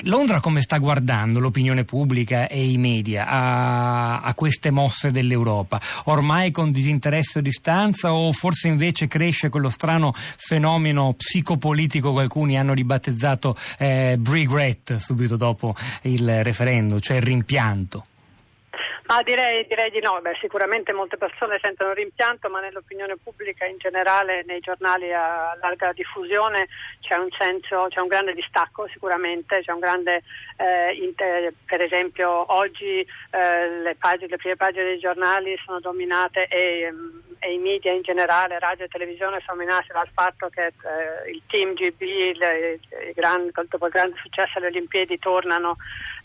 Londra come sta guardando l'opinione pubblica e i media a queste mosse dell'Europa? Ormai con disinteresse o distanza, o forse invece cresce quello strano fenomeno psicopolitico che alcuni hanno ribattezzato regret subito dopo il referendum, cioè il rimpianto? Ma direi di no. Sicuramente molte persone sentono rimpianto, ma nell'opinione pubblica in generale, nei giornali a larga diffusione c'è un grande distacco sicuramente, c'è un grande per esempio oggi le prime pagine dei giornali sono dominate e i media in generale, radio e televisione, sono dominate dal fatto che il team GB dopo il grande successo alle Olimpiadi tornano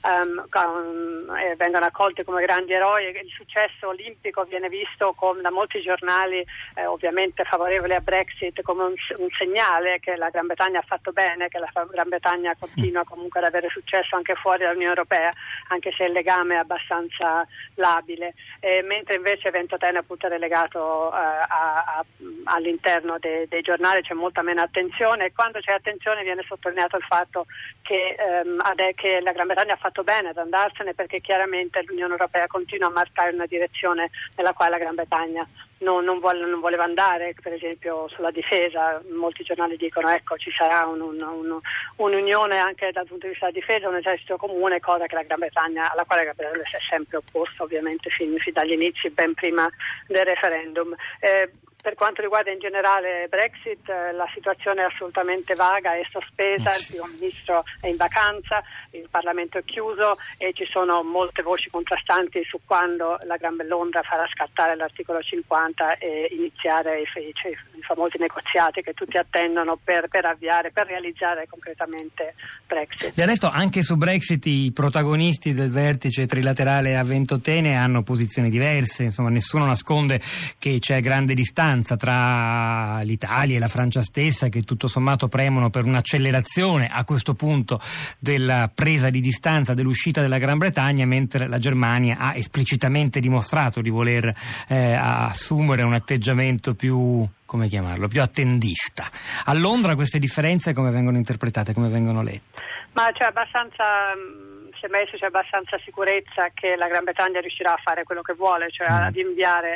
e vengono accolti come grandi eroi. Il successo olimpico viene visto da molti giornali ovviamente favorevoli a Brexit come un segnale che la Gran Bretagna ha fatto bene, che la Gran Bretagna continua comunque ad avere successo anche fuori dall'Unione Europea, anche se il legame è abbastanza labile, mentre invece Ventotene appunto è relegato all'interno dei giornali, c'è molta meno attenzione, e quando c'è attenzione viene sottolineato il fatto che la Gran Bretagna ha fatto bene ad andarsene, perché chiaramente l'Unione Europea continua a marcare una direzione nella quale la Gran Bretagna non voleva andare. Per esempio sulla difesa molti giornali dicono ci sarà un'unione anche dal punto di vista della difesa, un esercito comune, cosa che alla quale la Gran Bretagna si è sempre opposta ovviamente fin dagli inizi, ben prima del referendum. Per quanto riguarda in generale Brexit, la situazione è assolutamente vaga e sospesa, il primo ministro è in vacanza, il Parlamento è chiuso e ci sono molte voci contrastanti su quando la Londra farà scattare l'articolo 50 e iniziare i famosi negoziati che tutti attendono per realizzare concretamente Brexit. Del resto anche su Brexit i protagonisti del vertice trilaterale a Ventotene hanno posizioni diverse, insomma nessuno nasconde che c'è grande distanza tra l'Italia e la Francia stessa, che tutto sommato premono per un'accelerazione a questo punto della presa di distanza dell'uscita della Gran Bretagna, mentre la Germania ha esplicitamente dimostrato di voler assumere un atteggiamento più più attendista. A Londra queste differenze come vengono interpretate, come vengono lette? Ma c'è abbastanza sicurezza che la Gran Bretagna riuscirà a fare quello che vuole, cioè ad inviare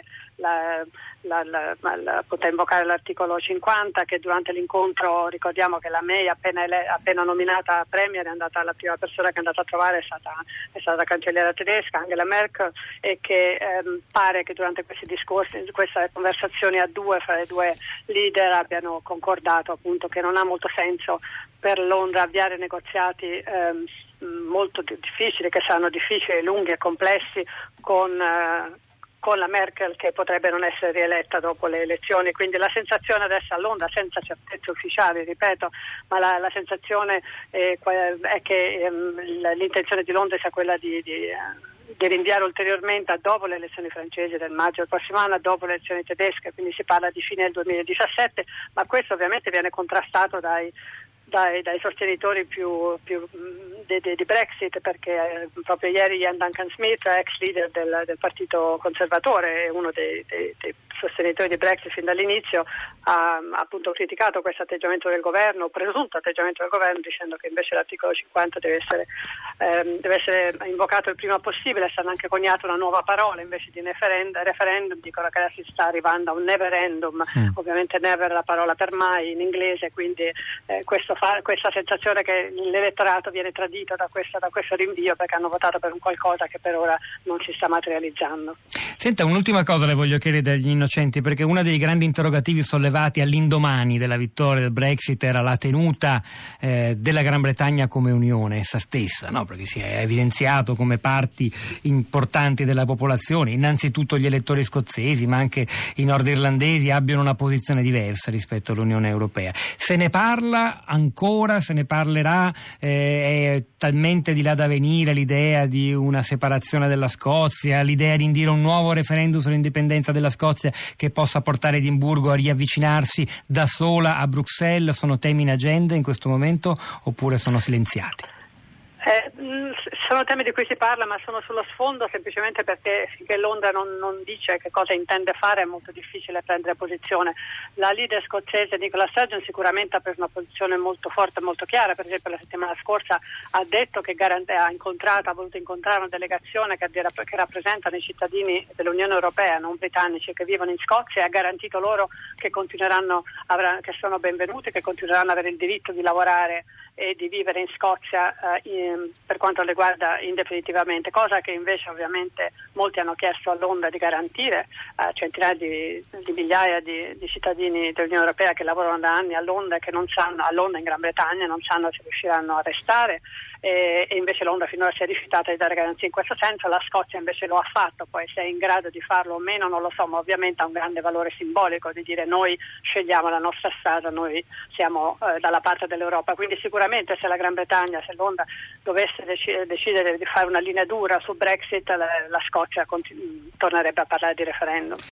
poter invocare l'articolo 50, che durante l'incontro ricordiamo che la May appena nominata premier la prima persona che è andata a trovare è stata la cancelliera tedesca Angela Merkel, e che pare che durante questi discorsi, queste conversazioni a due fra le due leader abbiano concordato appunto che non ha molto senso per Londra avviare negoziati molto difficili, che saranno difficili, lunghi e complessi con la Merkel, che potrebbe non essere rieletta dopo le elezioni. Quindi la sensazione adesso a Londra, senza certezze ufficiali, ripeto, ma la sensazione è che l'intenzione di Londra sia quella di rinviare ulteriormente a dopo le elezioni francesi del maggio del prossimo anno, a dopo le elezioni tedesche, quindi si parla di fine del 2017, ma questo ovviamente viene contrastato dai sostenitori più di Brexit, perché proprio ieri Ian Duncan Smith, ex leader del Partito Conservatore e uno dei sostenitori di Brexit fin dall'inizio, ha appunto criticato questo atteggiamento del governo, presunto atteggiamento del governo, dicendo che invece l'articolo 50 deve essere invocato il prima possibile. Stanno anche coniato una nuova parola invece di referendum, dicono che adesso si sta arrivando a un neverendum, ovviamente never è la parola per mai in inglese, quindi questa sensazione che l'elettorato viene tradito da questo rinvio, perché hanno votato per un qualcosa che per ora non si sta materializzando. Senta, un'ultima cosa le voglio chiedere dagli innocenti, perché uno dei grandi interrogativi sollevati all'indomani della vittoria del Brexit era la tenuta della Gran Bretagna come Unione essa stessa, no? Perché si è evidenziato come parti importanti della popolazione, innanzitutto gli elettori scozzesi, ma anche i nordirlandesi, abbiano una posizione diversa rispetto all'Unione Europea. Se ne parla ancora, se ne parlerà, è talmente di là da venire l'idea di una separazione della Scozia, l'idea di indire un nuovo referendum sull'indipendenza della Scozia che possa portare Edimburgo a riavvicinarsi da sola a Bruxelles? Sono temi in agenda in questo momento oppure sono silenziati? Sono temi di cui si parla, ma sono sullo sfondo semplicemente perché finché Londra non dice che cosa intende fare è molto difficile prendere posizione. La leader scozzese Nicola Sturgeon sicuramente ha preso una posizione molto forte e molto chiara. Per esempio la settimana scorsa ha detto che ha voluto incontrare una delegazione che rappresentano i cittadini dell'Unione Europea, non britannici, che vivono in Scozia, e ha garantito loro che che sono benvenuti, che continueranno ad avere il diritto di lavorare e di vivere in Scozia per quanto le riguarda indefinitivamente, cosa che invece ovviamente molti hanno chiesto a Londra di garantire a centinaia di migliaia di cittadini dell'Unione Europea che lavorano da anni a Londra e che non sanno, a Londra in Gran Bretagna, non sanno se riusciranno a restare, e invece Londra finora si è rifiutata di dare garanzie in questo senso. La Scozia invece lo ha fatto, poi se è in grado di farlo o meno non lo so, ma ovviamente ha un grande valore simbolico di dire noi scegliamo la nostra strada, noi siamo dalla parte dell'Europa. Quindi sicuramente se la Gran Bretagna, se Londra dovesse decidere di fare una linea dura su Brexit, la Scozia tornerebbe a parlare di referendum.